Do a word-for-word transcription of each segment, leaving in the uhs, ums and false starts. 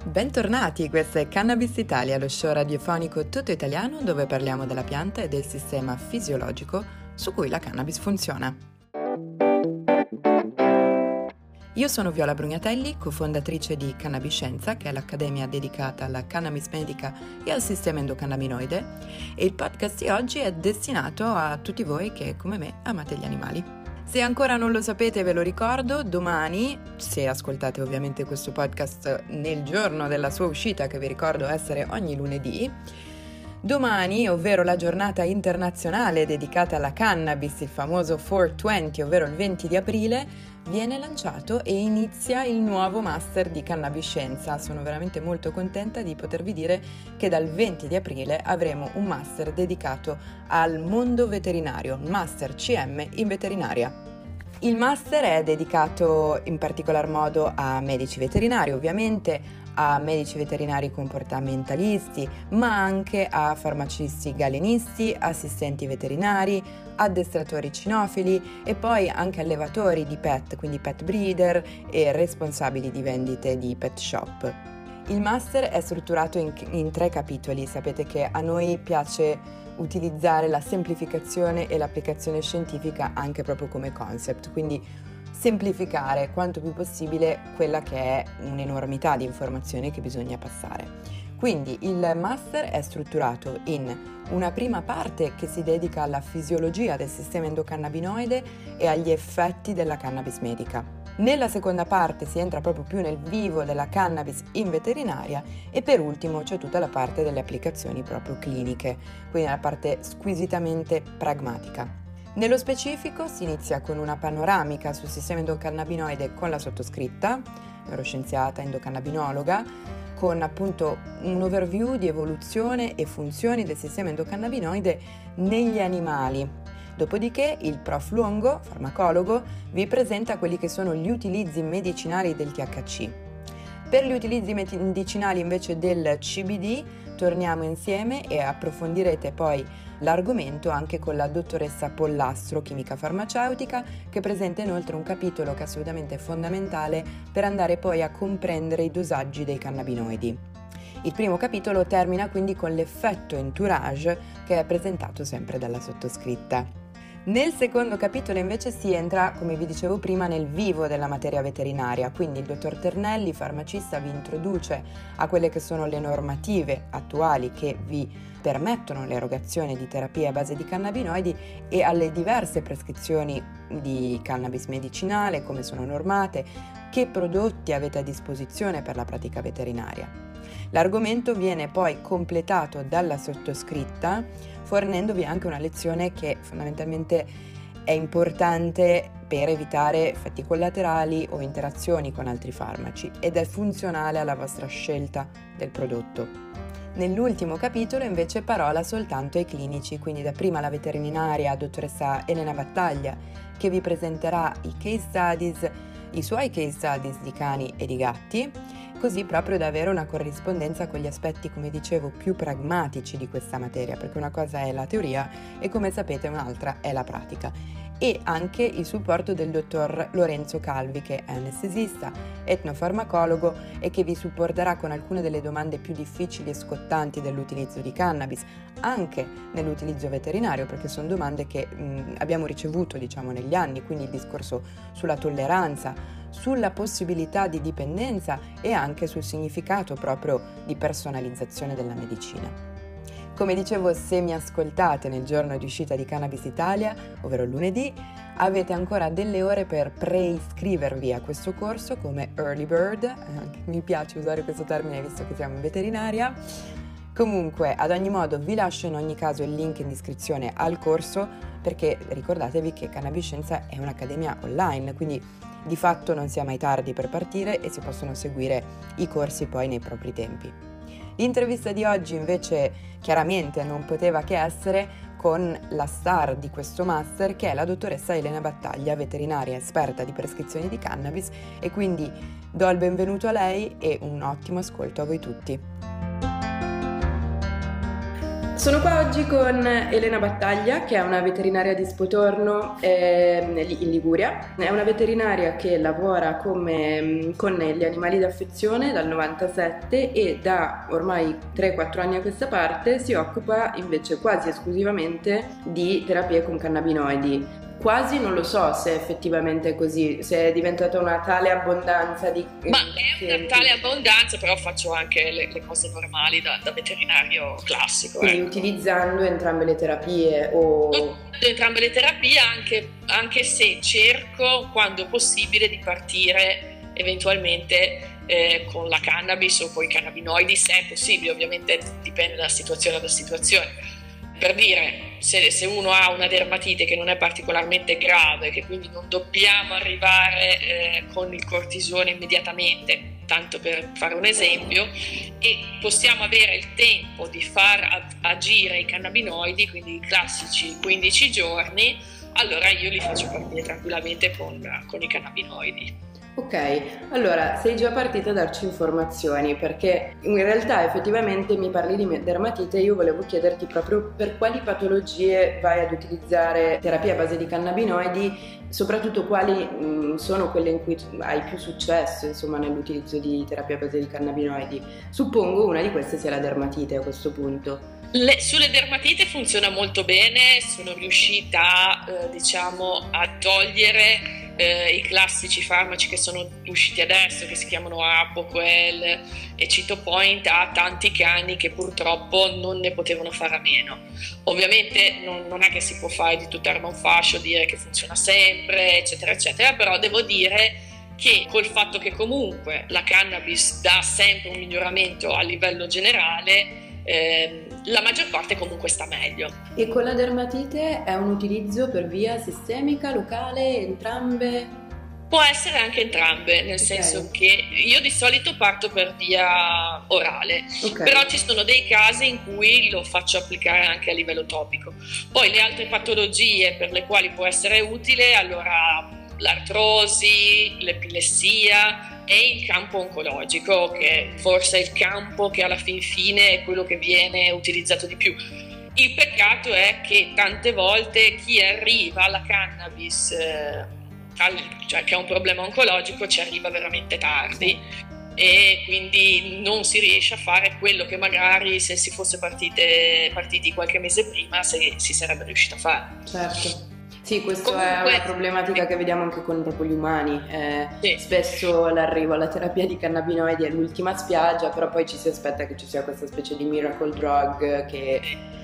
Bentornati, questo è Cannabis Italia, lo show radiofonico tutto italiano dove parliamo della pianta e del sistema fisiologico su cui la cannabis funziona. Io sono Viola Brugnatelli, cofondatrice di Cannabiscienza, che è l'accademia dedicata alla cannabis medica e al sistema endocannabinoide, e il podcast di oggi è destinato a tutti voi che, come me, amate gli animali. Se ancora non lo sapete ve lo ricordo, domani, se ascoltate ovviamente questo podcast nel giorno della sua uscita, che vi ricordo essere ogni lunedì, domani, ovvero la giornata internazionale dedicata alla cannabis, il famoso quattrocentoventi, ovvero il venti di aprile, viene lanciato e inizia il nuovo master di Cannabiscienza. Sono veramente molto contenta di potervi dire che dal venti di aprile avremo un master dedicato al mondo veterinario, Master C M in veterinaria. Il master è dedicato in particolar modo a medici veterinari, ovviamente, a medici veterinari comportamentalisti, ma anche a farmacisti galenisti, assistenti veterinari, addestratori cinofili e poi anche allevatori di pet, quindi pet breeder e responsabili di vendite di pet shop. Il master è strutturato in, in tre capitoli. Sapete che a noi piace utilizzare la semplificazione e l'applicazione scientifica anche proprio come concept, quindi semplificare quanto più possibile quella che è un'enormità di informazioni che bisogna passare. Quindi il master è strutturato in una prima parte che si dedica alla fisiologia del sistema endocannabinoide e agli effetti della cannabis medica. Nella seconda parte si entra proprio più nel vivo della cannabis in veterinaria e per ultimo c'è tutta la parte delle applicazioni proprio cliniche, quindi la parte squisitamente pragmatica. Nello specifico si inizia con una panoramica sul sistema endocannabinoide con la sottoscritta, neuroscienziata endocannabinologa, con appunto un overview di evoluzione e funzioni del sistema endocannabinoide negli animali. Dopodiché il prof Luongo, farmacologo, vi presenta quelli che sono gli utilizzi medicinali del T H C. Per gli utilizzi medicinali invece del C B D torniamo insieme e approfondirete poi l'argomento anche con la dottoressa Pollastro, chimica farmaceutica, che presenta inoltre un capitolo che è assolutamente fondamentale per andare poi a comprendere i dosaggi dei cannabinoidi. Il primo capitolo termina quindi con l'effetto entourage che è presentato sempre dalla sottoscritta. Nel secondo capitolo invece si entra, come vi dicevo prima, nel vivo della materia veterinaria, quindi il dottor Ternelli, farmacista, vi introduce a quelle che sono le normative attuali che vi permettono l'erogazione di terapie a base di cannabinoidi e alle diverse prescrizioni di cannabis medicinale, come sono normate, che prodotti avete a disposizione per la pratica veterinaria. L'argomento viene poi completato dalla sottoscritta, fornendovi anche una lezione che fondamentalmente è importante per evitare effetti collaterali o interazioni con altri farmaci ed è funzionale alla vostra scelta del prodotto. Nell'ultimo capitolo invece parola soltanto ai clinici, quindi dapprima la veterinaria dottoressa Elena Battaglia che vi presenterà i case studies, i suoi case studies di cani e di gatti, così proprio da avere una corrispondenza con gli aspetti, come dicevo, più pragmatici di questa materia, perché una cosa è la teoria e, come sapete, un'altra è la pratica. E anche il supporto del dottor Lorenzo Calvi, che è anestesista, etnofarmacologo e che vi supporterà con alcune delle domande più difficili e scottanti dell'utilizzo di cannabis, anche nell'utilizzo veterinario, perché sono domande che mh, abbiamo ricevuto, diciamo, negli anni, quindi il discorso sulla tolleranza, sulla possibilità di dipendenza e anche sul significato proprio di personalizzazione della medicina. Come dicevo, se mi ascoltate nel giorno di uscita di Cannabis Italia, ovvero lunedì, avete ancora delle ore per preiscrivervi a questo corso come early bird, mi piace usare questo termine visto che siamo in veterinaria. Comunque, ad ogni modo, vi lascio in ogni caso il link in descrizione al corso, perché ricordatevi che Cannabiscienza è un'accademia online, quindi di fatto non sia mai tardi per partire e si possono seguire i corsi poi nei propri tempi. L'intervista di oggi invece chiaramente non poteva che essere con la star di questo master, che è la dottoressa Elena Battaglia, veterinaria esperta di prescrizioni di cannabis, e quindi do il benvenuto a lei e un ottimo ascolto a voi tutti. Sono qua oggi con Elena Battaglia, che è una veterinaria di Spotorno eh, in Liguria. È una veterinaria che lavora come, con gli animali d'affezione dal novantasette e da ormai tre quattro anni a questa parte si occupa invece quasi esclusivamente di terapie con cannabinoidi. Quasi non lo so se effettivamente è così, se è diventata una tale abbondanza di... Ma è una tale abbondanza, però faccio anche le, le cose normali da, da veterinario classico. Quindi ecco. Utilizzando entrambe le terapie o... Utilizzando entrambe le terapie, anche, anche se cerco, quando possibile, di partire eventualmente eh, con la cannabis o con i cannabinoidi, se è possibile, ovviamente dipende da situazione da situazione. Per dire, se, se uno ha una dermatite che non è particolarmente grave, che quindi non dobbiamo arrivare eh, con il cortisone immediatamente, tanto per fare un esempio, e possiamo avere il tempo di far agire i cannabinoidi, quindi i classici quindici giorni, allora io li faccio partire tranquillamente con, con i cannabinoidi. Ok, allora sei già partita a darci informazioni, perché in realtà effettivamente mi parli di dermatite e io volevo chiederti proprio per quali patologie vai ad utilizzare terapia a base di cannabinoidi, soprattutto quali mh, sono quelle in cui hai più successo, insomma, nell'utilizzo di terapia a base di cannabinoidi. Suppongo una di queste sia la dermatite a questo punto. Le, sulle dermatite funziona molto bene, sono riuscita eh, diciamo a togliere eh, i classici farmaci che sono usciti adesso, che si chiamano Apoquel e Cytopoint, a tanti cani che purtroppo non ne potevano fare a meno. Ovviamente non, non è che si può fare di tutta erba un fascio, dire che funziona sempre, eccetera, eccetera, però devo dire che col fatto che comunque la cannabis dà sempre un miglioramento a livello generale, Eh, la maggior parte comunque sta meglio. E con la dermatite è un utilizzo per via sistemica, locale, entrambe? Può essere anche entrambe, nel okay. senso che io di solito parto per via orale, okay. però ci sono dei casi in cui lo faccio applicare anche a livello topico. Poi le altre patologie per le quali può essere utile, allora l'artrosi, l'epilessia e il campo oncologico, che forse è il campo che alla fin fine è quello che viene utilizzato di più. Il peccato è che tante volte chi arriva alla cannabis eh, al, cioè che ha un problema oncologico ci arriva veramente tardi e quindi non si riesce a fare quello che magari se si fosse partite, partiti qualche mese prima si, si sarebbe riuscito a fare. Certo. Sì, questa Comunque, è una problematica che vediamo anche con proprio gli umani. Eh, sì. Spesso l'arrivo alla terapia di cannabinoidi è l'ultima spiaggia, però poi ci si aspetta che ci sia questa specie di miracle drug che...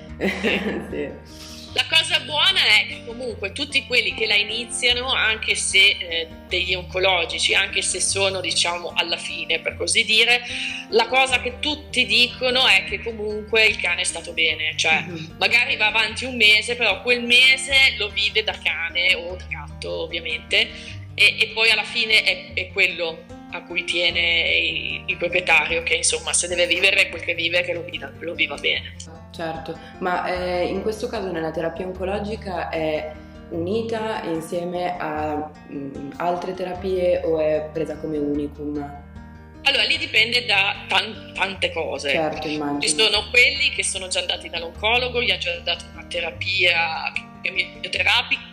sì. La cosa buona è che comunque tutti quelli che la iniziano, anche se eh, degli oncologici, anche se sono diciamo alla fine per così dire, la cosa che tutti dicono è che comunque il cane è stato bene, cioè mm-hmm. magari va avanti un mese, però quel mese lo vive da cane o da gatto ovviamente e, e poi alla fine è, è quello a cui tiene il, il proprietario, che insomma se deve vivere quel che vive che lo viva, lo viva bene. Certo, ma eh, in questo caso nella terapia oncologica è unita insieme a mh, altre terapie o è presa come unicum? Allora lì dipende da tan- tante cose. Certo, immagino. Ci sono quelli che sono già andati dall'oncologo, gli ha già dato una terapia chemioterapica,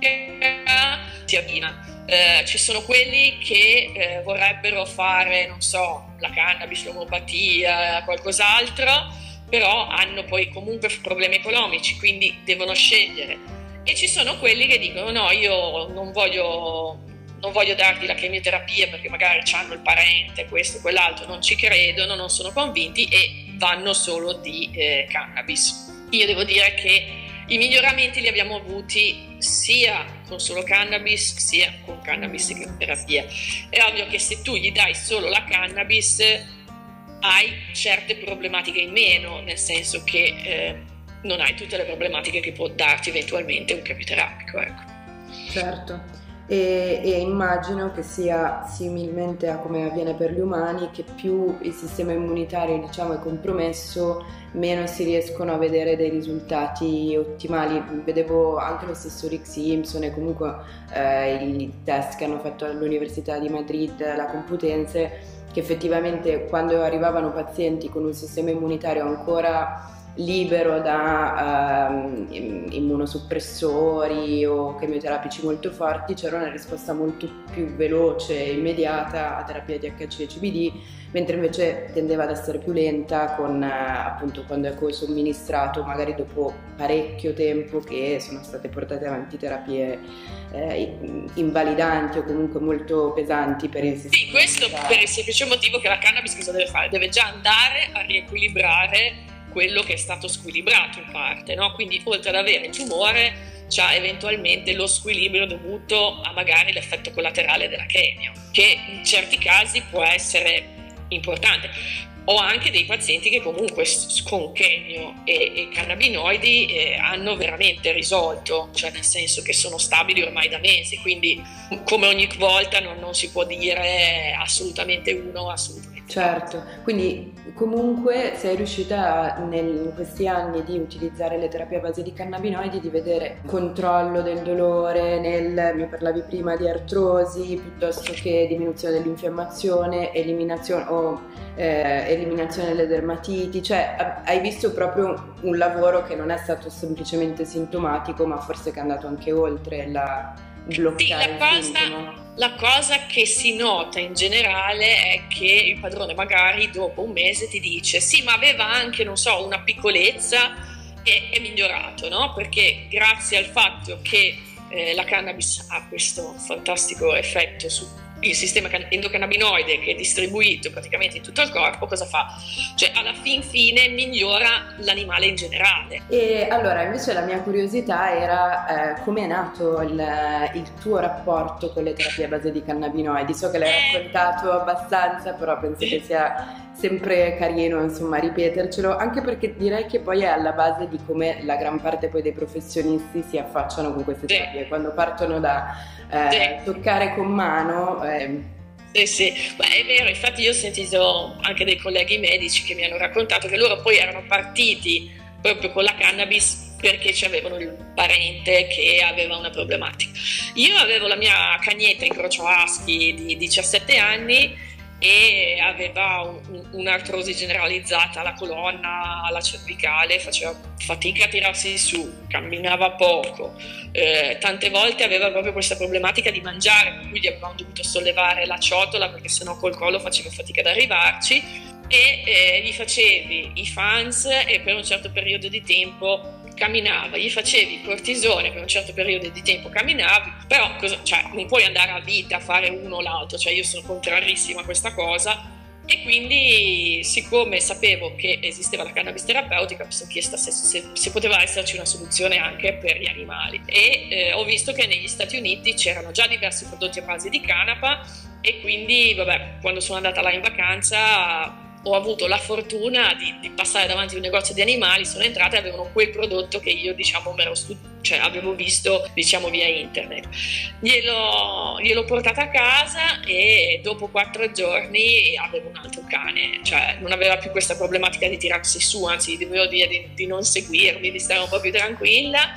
terapia. Eh, ci sono quelli che eh, vorrebbero fare, non so, la cannabis, l'omeopatia, qualcos'altro, però hanno poi comunque problemi economici, quindi devono scegliere. E ci sono quelli che dicono no, io non voglio, non voglio darti la chemioterapia perché magari hanno il parente, questo, quell'altro, non ci credono, non sono convinti e vanno solo di eh, cannabis. Io devo dire che i miglioramenti li abbiamo avuti sia con solo cannabis sia con cannabis e chemioterapia. È ovvio che se tu gli dai solo la cannabis hai certe problematiche in meno, nel senso che eh, non hai tutte le problematiche che può darti eventualmente un chemioterapico, ecco. Certo. E, e immagino che sia similmente a come avviene per gli umani, che più il sistema immunitario diciamo è compromesso, meno si riescono a vedere dei risultati ottimali. Vedevo anche lo stesso Rick Simpson e comunque eh, i test che hanno fatto all'Università di Madrid, la Complutense, che effettivamente quando arrivavano pazienti con un sistema immunitario ancora libero da um, immunosuppressori o chemioterapici molto forti, c'era una risposta molto più veloce e immediata a terapia T H C e C B D, mentre invece tendeva ad essere più lenta con eh, appunto quando è somministrato magari dopo parecchio tempo che sono state portate avanti terapie eh, invalidanti o comunque molto pesanti per il sistema. Sì, questo per il semplice motivo che la cannabis cosa deve fare? Deve già andare a riequilibrare quello che è stato squilibrato in parte, no? Quindi oltre ad avere il tumore c'ha eventualmente lo squilibrio dovuto a magari l'effetto collaterale della chemio, che in certi casi può essere importante. Ho anche dei pazienti che comunque con chemio e, e cannabinoidi eh, hanno veramente risolto, cioè nel senso che sono stabili ormai da mesi, quindi come ogni volta non, non si può dire assolutamente uno o assolutamente. Certo, quindi comunque sei riuscita nel, in questi anni di utilizzare le terapie a base di cannabinoidi, di vedere controllo del dolore, nel, mi parlavi prima di artrosi, piuttosto che diminuzione dell'infiammazione, eliminazione o eh, eliminazione delle dermatiti, cioè hai visto proprio un lavoro che non è stato semplicemente sintomatico, ma forse che è andato anche oltre la bloccare sì, la il cosa, sintomo. La cosa che si nota in generale è che il padrone magari dopo un mese ti dice sì, ma aveva anche, non so, una piccolezza e è migliorato, no? Perché grazie al fatto che eh, la cannabis ha questo fantastico effetto su il sistema endocannabinoide che è distribuito praticamente in tutto il corpo, cosa fa? Cioè alla fin fine migliora l'animale in generale. E allora invece la mia curiosità era eh, come è nato il, il tuo rapporto con le terapie a base di cannabinoidi. So che l'hai eh. raccontato abbastanza, però penso che sia sempre carino insomma ripetercelo, anche perché direi che poi è alla base di come la gran parte poi dei professionisti si affacciano con queste sì. terapie, quando partono da eh, sì. toccare con mano. Eh. Sì, sì, beh, è vero, infatti io ho sentito anche dei colleghi medici che mi hanno raccontato che loro poi erano partiti proprio con la cannabis perché avevano il parente che aveva una problematica. Io avevo la mia cagnetta in Crocio Aschi di diciassette anni e aveva un, un'artrosi generalizzata alla colonna, alla cervicale, faceva fatica a tirarsi su, camminava poco, eh, tante volte aveva proprio questa problematica di mangiare, per cui gli avevamo dovuto sollevare la ciotola perché sennò col collo faceva fatica ad arrivarci, e eh, gli facevi i fans e per un certo periodo di tempo camminava, gli facevi cortisone per un certo periodo di tempo, camminavi, però cosa, cioè, non puoi andare a vita a fare uno o l'altro, cioè io sono contrarissima a questa cosa, e quindi siccome sapevo che esisteva la cannabis terapeutica mi sono chiesta se, se, se poteva esserci una soluzione anche per gli animali, e eh, ho visto che negli Stati Uniti c'erano già diversi prodotti a base di canapa, e quindi vabbè, quando sono andata là in vacanza ho avuto la fortuna di, di passare davanti a un negozio di animali, sono entrata e avevano quel prodotto che io diciamo me ero studi- cioè avevo visto diciamo via internet. Gliel'ho, gliel'ho portata a casa e dopo quattro giorni avevo un altro cane, cioè non aveva più questa problematica di tirarsi su, anzi dovevo dire di, di non seguirmi, di stare un po' più tranquilla,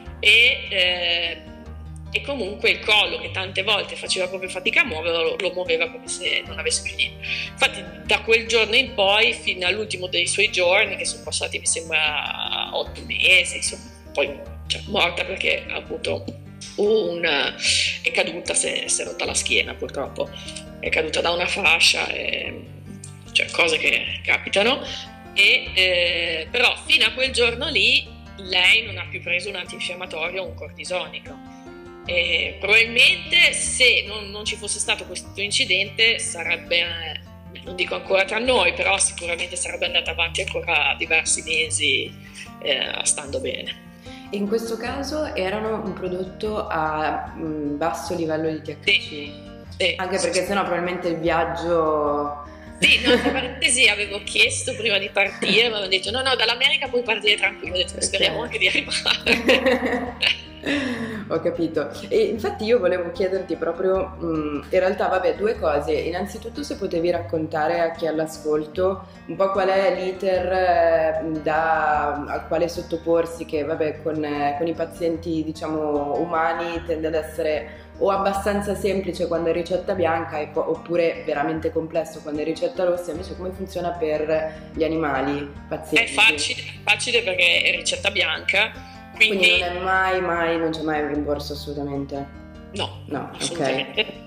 e eh, e comunque il collo che tante volte faceva proprio fatica a muoverlo lo muoveva come se non avesse più niente. Infatti da quel giorno in poi fino all'ultimo dei suoi giorni, che sono passati mi sembra otto mesi, insomma, poi cioè, morta perché ha avuto un è caduta, si è, si è rotta la schiena purtroppo, è caduta da una fascia, e, cioè cose che capitano, e eh, però fino a quel giorno lì lei non ha più preso un antinfiammatorio o un cortisonico. E probabilmente se non, non ci fosse stato questo incidente sarebbe, eh, non dico ancora tra noi, però sicuramente sarebbe andata avanti ancora diversi mesi eh, stando bene. In questo caso erano un prodotto a mh, basso livello di T H C, sì, sì, anche perché sennò probabilmente il viaggio... Sì, no, tra parentesi avevo chiesto prima di partire, mi avevano detto no no, dall'America puoi partire tranquillo, ho detto speriamo anche di arrivare. Ho capito. E infatti io volevo chiederti proprio mh, in realtà vabbè due cose. Innanzitutto se potevi raccontare a chi è all'ascolto un po' qual è l'iter eh, da al quale sottoporsi, che vabbè con, eh, con i pazienti diciamo umani tende ad essere o abbastanza semplice quando è ricetta bianca e po- oppure veramente complesso quando è ricetta rossa. Invece come funziona per gli animali pazienti? È facile, facile perché è ricetta bianca, quindi, quindi non è mai mai non c'è mai un rimborso assolutamente? No, no, assolutamente. Ok.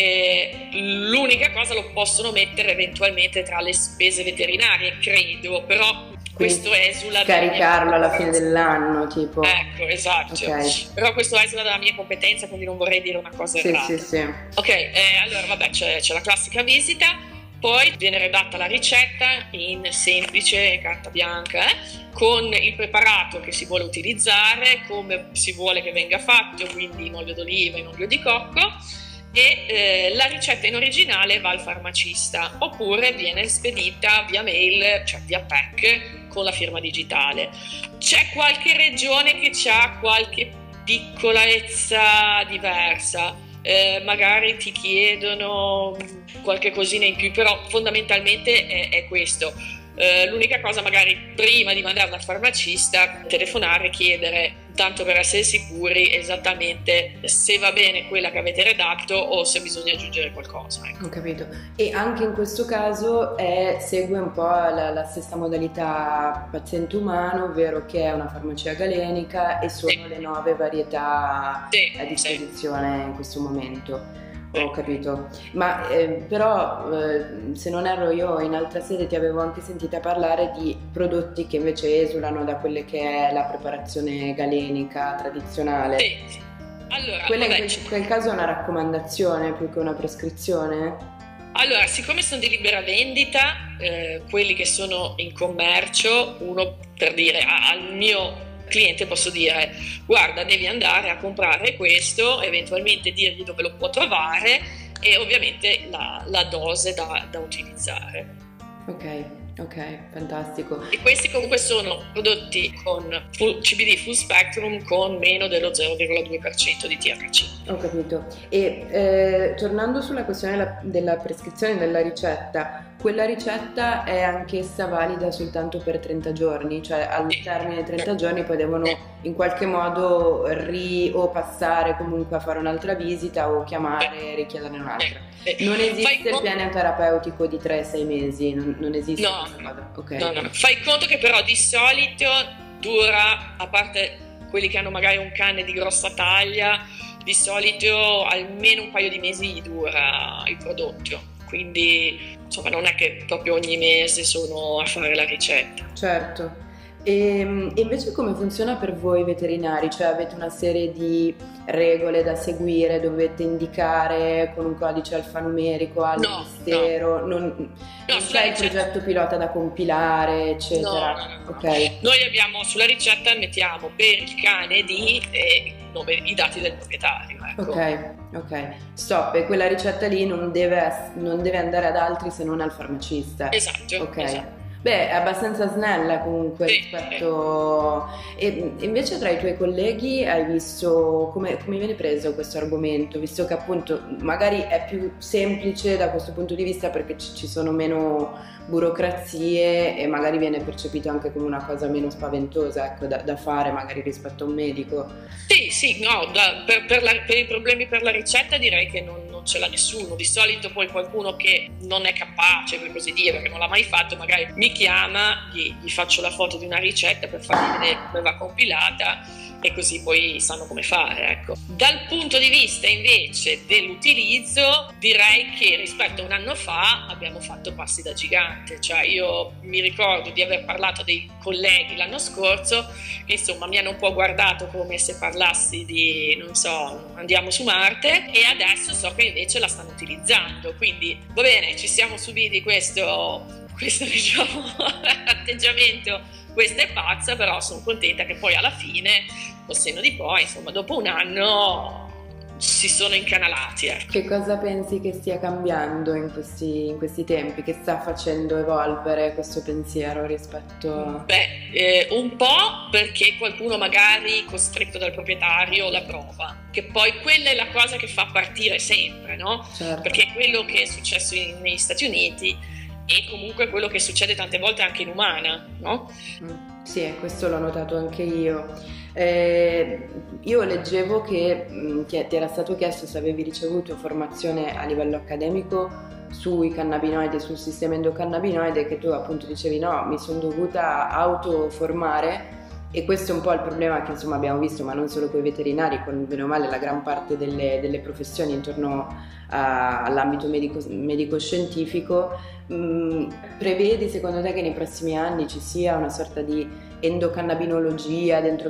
E l'unica cosa lo possono mettere eventualmente tra le spese veterinarie, credo, però Quindi questo esula caricarlo alla fine dell'anno, tipo. Ecco, esatto. Okay. Però questo esula dalla mia competenza, quindi non vorrei dire una cosa sì, errata. Sì, sì. Ok, eh, allora vabbè, c'è, c'è la classica visita, poi viene redatta la ricetta in semplice carta bianca, eh, con il preparato che si vuole utilizzare, come si vuole che venga fatto, quindi in olio d'oliva, in olio di cocco, e eh, la ricetta in originale va al farmacista oppure viene spedita via mail, cioè via P E C, con la firma digitale. C'è qualche regione che ha qualche piccolezza diversa, eh, magari ti chiedono qualche cosina in più, però fondamentalmente è, è questo. Uh, l'unica cosa, magari prima di mandarla al farmacista, telefonare, chiedere, tanto per essere sicuri, esattamente se va bene quella che avete redatto o se bisogna aggiungere qualcosa. Ecco. Ho capito. E anche in questo caso è, segue un po' la, la stessa modalità paziente umano, ovvero che è una farmacia galenica e sono sì. le nove varietà sì, a disposizione sì. in questo momento. Ho capito, ma eh, però eh, se non erro io in altra sede ti avevo anche sentita parlare di prodotti che invece esulano da quelle che è la preparazione galenica tradizionale. Sì, allora, quella vabbè, in quel, quel caso è una raccomandazione più che una prescrizione? Allora, siccome sono di libera vendita, eh, quelli che sono in commercio, uno per dire al mio cliente posso dire: guarda, devi andare a comprare questo, eventualmente dirgli dove lo può trovare e ovviamente la, la dose da, da utilizzare. Ok, ok, fantastico. E questi comunque sono prodotti con full, C B D full spectrum con meno dello zero virgola due per cento di T H C. Ho capito. E eh, tornando sulla questione della, della prescrizione della ricetta, quella ricetta è anch'essa valida soltanto per trenta giorni, cioè al sì. termine dei trenta giorni poi devono sì. in qualche modo ri o passare comunque a fare un'altra visita o chiamare e richiederne un'altra. Sì. Non esiste Fai il piano terapeutico di tre sei mesi, non, non esiste no, questa cosa. Okay. No, no, no. Fai conto che però di solito dura, a parte quelli che hanno magari un cane di grossa taglia, di solito almeno un paio di mesi dura il prodotto. Quindi insomma non è che proprio ogni mese sono a fare la ricetta. Certo. E invece come funziona per voi veterinari? Cioè avete una serie di regole da seguire, dovete indicare con un codice alfanumerico al no, Ministero, no. non, no, non c'è il progetto pilota da compilare, eccetera? No, no, no, no. Okay. Noi abbiamo sulla ricetta mettiamo per il cane di eh, nome, i dati del proprietario. Ecco. Ok, ok. Stop, e quella ricetta lì non deve, non deve andare ad altri se non al farmacista. Esatto. Ok. Esatto. Beh, è abbastanza snella comunque sì, rispetto... E invece tra i tuoi colleghi hai visto come, come viene preso questo argomento, visto che appunto magari è più semplice da questo punto di vista perché ci sono meno burocrazie e magari viene percepito anche come una cosa meno spaventosa, ecco, da, da fare magari rispetto a un medico. Sì, sì, no, da, per, per, la, per i problemi per la ricetta direi che non, non ce l'ha nessuno. Di solito poi qualcuno che non è capace, per così dire, perché non l'ha mai fatto, magari mi chiama, gli, gli faccio la foto di una ricetta per fargli vedere come va compilata e così poi sanno come fare, ecco. Dal punto di vista invece dell'utilizzo, direi che rispetto a un anno fa abbiamo fatto passi da gigante, cioè io mi ricordo di aver parlato a dei colleghi l'anno scorso che insomma mi hanno un po' guardato come se parlassi di, non so, andiamo su Marte, e adesso so che invece la stanno utilizzando, quindi va bene, ci siamo subiti questo questo diciamo atteggiamento, questa è pazza, però sono contenta che poi alla fine, col senno di poi, insomma dopo un anno si sono incanalati. Ecco. Che cosa pensi che stia cambiando in questi, in questi tempi, che sta facendo evolvere questo pensiero rispetto... Beh, eh, un po' perché qualcuno magari costretto dal proprietario la prova, che poi quella è la cosa che fa partire sempre, no? Certo. Perché quello che è successo in, negli Stati Uniti e comunque quello che succede tante volte anche in umana, no? Mm. Sì, questo l'ho notato anche io. Eh, io leggevo che mh, ti, ti era stato chiesto se avevi ricevuto formazione a livello accademico sui cannabinoidi, sul sistema endocannabinoide, che tu appunto dicevi no, mi sono dovuta autoformare, e questo è un po' il problema che insomma abbiamo visto, ma non solo con i veterinari, con bene o male la gran parte delle, delle professioni intorno a, all'ambito medico, medico-scientifico. Mm, prevedi secondo te che nei prossimi anni ci sia una sorta di endocannabinologia dentro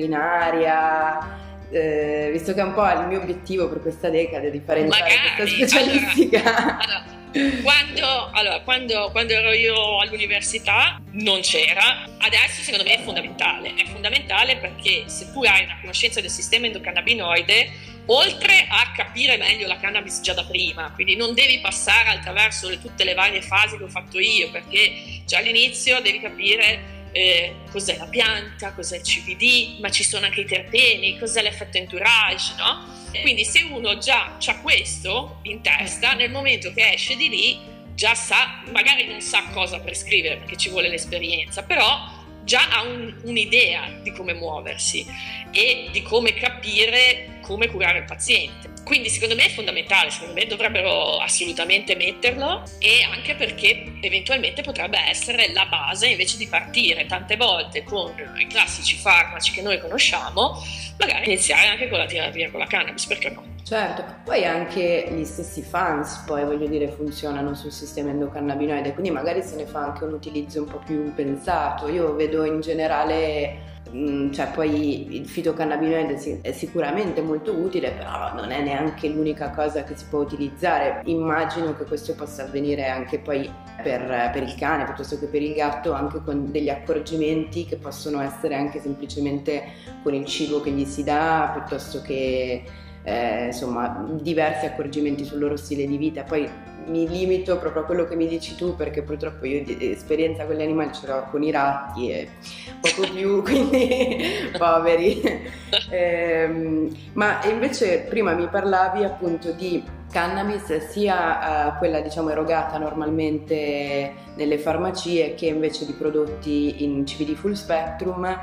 veterinaria? Eh, visto che è un po' il mio obiettivo per questa decade di fare entrare questa specialistica. Allora, allora, quando, allora, quando, quando ero io all'università non c'era, adesso secondo me è fondamentale, è fondamentale perché se tu hai una conoscenza del sistema endocannabinoide, oltre a capire meglio la cannabis già da prima, quindi non devi passare attraverso le, tutte le varie fasi che ho fatto io, perché già all'inizio devi capire eh, cos'è la pianta, cos'è il C B D, ma ci sono anche i terpeni, cos'è l'effetto entourage, no? Quindi se uno già ha questo in testa, nel momento che esce di lì già sa, magari non sa cosa prescrivere perché ci vuole l'esperienza, però già ha un, un'idea di come muoversi e di come capire come curare il paziente. Quindi secondo me è fondamentale, secondo me dovrebbero assolutamente metterlo, e anche perché eventualmente potrebbe essere la base invece di partire tante volte con i classici farmaci che noi conosciamo, magari iniziare anche con la terapia con la cannabis, perché no? Certo, poi anche gli stessi fans poi voglio dire funzionano sul sistema endocannabinoide, quindi magari se ne fa anche un utilizzo un po' più pensato. Io vedo in generale, mh, cioè poi il fitocannabinoide è sicuramente molto utile, però non è neanche l'unica cosa che si può utilizzare. Immagino che questo possa avvenire anche poi per, per il cane piuttosto che per il gatto, anche con degli accorgimenti che possono essere anche semplicemente con il cibo che gli si dà, piuttosto che Eh, insomma diversi accorgimenti sul loro stile di vita. Poi mi limito proprio a quello che mi dici tu, perché purtroppo io di esperienza con gli animali ce l'ho con i ratti e poco più, quindi poveri. Eh, ma invece prima mi parlavi appunto di cannabis, sia uh, quella diciamo erogata normalmente nelle farmacie che invece di prodotti in C B D full spectrum.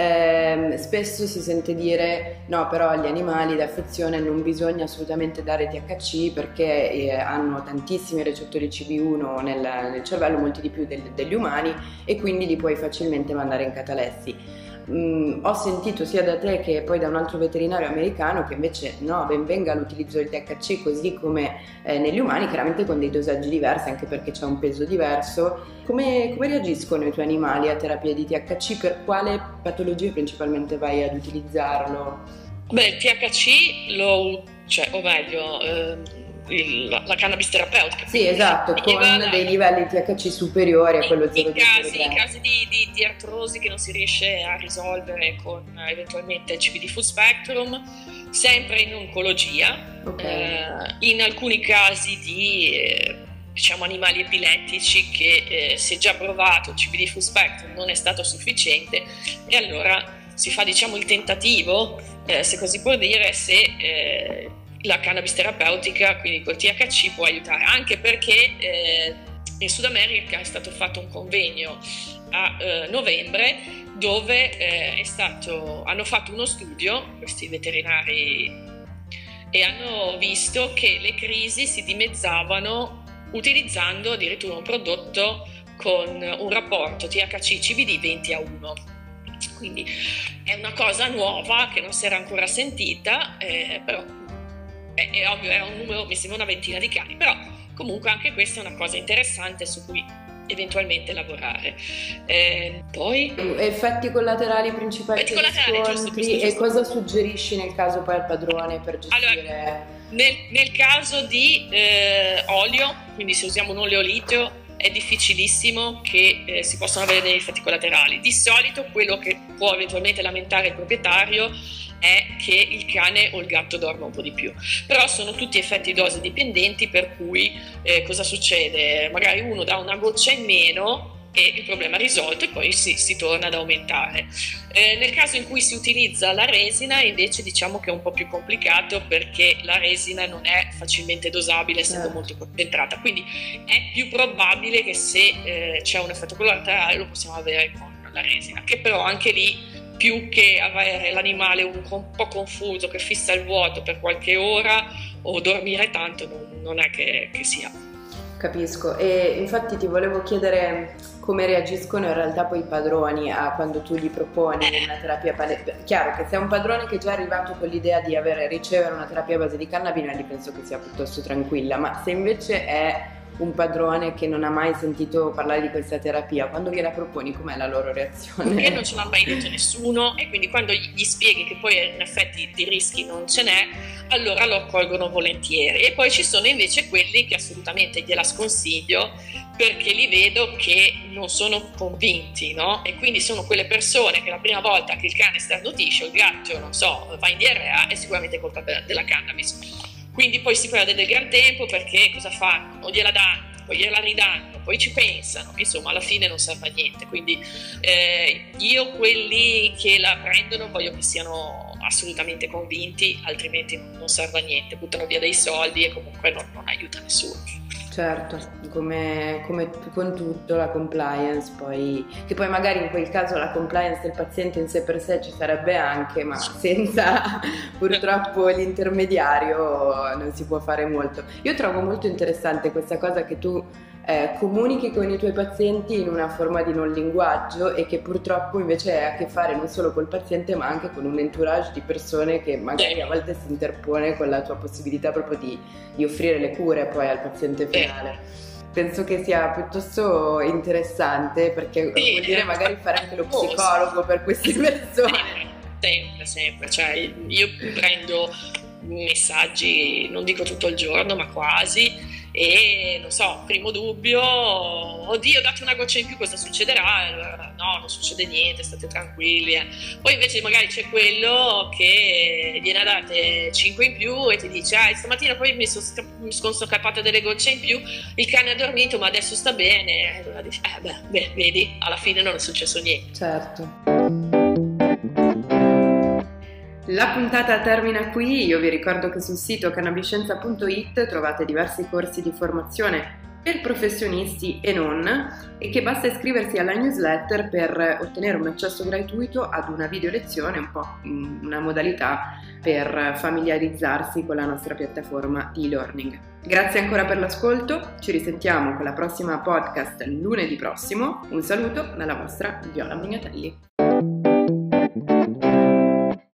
Eh, spesso si sente dire no, però agli animali d'affezione non bisogna assolutamente dare T H C perché eh, hanno tantissimi recettori C B uno nel, nel cervello, molti di più del, degli umani, e quindi li puoi facilmente mandare in catalessi. Mm, ho sentito sia da te che poi da un altro veterinario americano che invece no, ben venga l'utilizzo del T H C così come eh, negli umani, chiaramente con dei dosaggi diversi, anche perché c'è un peso diverso. Come, come reagiscono i tuoi animali a terapia di T H C? Per quale patologie principalmente vai ad utilizzarlo? Beh, il T H C lo, cioè, o meglio, eh, il, la, la cannabis terapeutica. Sì, esatto, con la, dei livelli di T H C superiori a quello zero virgola zero tre. In casi di, di, di artrosi che non si riesce a risolvere con eventualmente il C B D full spectrum, sempre in oncologia, okay. eh, in alcuni casi di eh, diciamo animali epilettici che eh, si è già provato il C B D full spectrum, non è stato sufficiente, e allora si fa diciamo il tentativo, eh, se così può dire, se eh, la cannabis terapeutica, quindi col T H C, può aiutare, anche perché eh, in Sud America è stato fatto un convegno a eh, novembre dove eh, è stato, hanno fatto uno studio, questi veterinari, e hanno visto che le crisi si dimezzavano utilizzando addirittura un prodotto con un rapporto T H C C B D venti a uno. Quindi è una cosa nuova che non si era ancora sentita, eh, però è, è ovvio, è un numero, mi sembra una ventina di cani, però comunque anche questa è una cosa interessante su cui eventualmente lavorare. Eh, poi effetti collaterali principali effetti collaterali, giusto, giusto, giusto. E cosa suggerisci nel caso poi al padrone per gestire? Allora, nel, nel caso di eh, olio, quindi se usiamo un oleolitio, è difficilissimo che eh, si possano avere degli effetti collaterali. Di solito quello che può eventualmente lamentare il proprietario è che il cane o il gatto dorma un po' di più, però sono tutti effetti dose dipendenti, per cui eh, cosa succede? Magari uno dà una goccia in meno e il problema è risolto e poi si, si torna ad aumentare. Eh, nel caso in cui si utilizza la resina invece diciamo che è un po' più complicato, perché la resina non è facilmente dosabile essendo molto concentrata, quindi è più probabile che se eh, c'è un effetto collaterale lo possiamo avere con la resina, che però anche lì, più che avere l'animale un, un po' confuso che fissa il vuoto per qualche ora o dormire tanto, non, non è che, che sia. Capisco, e infatti ti volevo chiedere come reagiscono in realtà poi i padroni a quando tu gli proponi una terapia palliativa. Chiaro che se è un padrone che è già arrivato con l'idea di avere, ricevere una terapia a base di cannabinoidi, penso che sia piuttosto tranquilla, ma se invece è un padrone che non ha mai sentito parlare di questa terapia, quando gliela proponi com'è la loro reazione? Perché non ce l'ha mai detto nessuno, e quindi quando gli spieghi che poi in effetti di rischi non ce n'è, allora lo accolgono volentieri. E poi ci sono invece quelli che assolutamente gliela sconsiglio, perché li vedo che non sono convinti, no? E quindi sono quelle persone che la prima volta che il cane starnutisce o il gatto, non so, va in diarrea, è sicuramente colpa della cannabis. Quindi poi si perde del gran tempo, perché cosa fanno? O gliela danno, poi gliela ridanno, poi ci pensano, insomma alla fine non serve a niente. Quindi eh, io quelli che la prendono voglio che siano assolutamente convinti, altrimenti non serve a niente, buttano via dei soldi e comunque non, non aiuta nessuno. Certo, come, come con tutto la compliance, poi, che poi magari in quel caso la compliance del paziente in sé per sé ci sarebbe anche, ma senza purtroppo l'intermediario non si può fare molto. Io trovo molto interessante questa cosa che tu eh, comunichi con i tuoi pazienti in una forma di non linguaggio, e che purtroppo invece ha a che fare non solo col paziente ma anche con un entourage di persone che magari a volte si interpone con la tua possibilità proprio di, di offrire le cure poi al paziente finale. Penso che sia piuttosto interessante, perché sì, vuol dire magari fare anche lo psicologo per queste persone. Sempre, sempre, cioè io prendo messaggi, non dico tutto il giorno ma quasi, e non so, primo dubbio, oddio date una goccia in più, cosa succederà? No, non succede niente, state tranquilli. eh. Poi invece magari c'è quello che gliene date cinque in più e ti dice ah stamattina poi mi sono, mi sono scappate delle gocce in più, il cane ha dormito ma adesso sta bene, e allora dici eh beh, beh vedi, alla fine non è successo niente. Certo. La puntata termina qui. Io vi ricordo che sul sito cannabiscienza punto it trovate diversi corsi di formazione per professionisti e non, e che basta iscriversi alla newsletter per ottenere un accesso gratuito ad una video lezione, un po' una modalità per familiarizzarsi con la nostra piattaforma di e-learning. Grazie ancora per l'ascolto, ci risentiamo con la prossima podcast lunedì prossimo. Un saluto dalla vostra Viola Brugnatelli.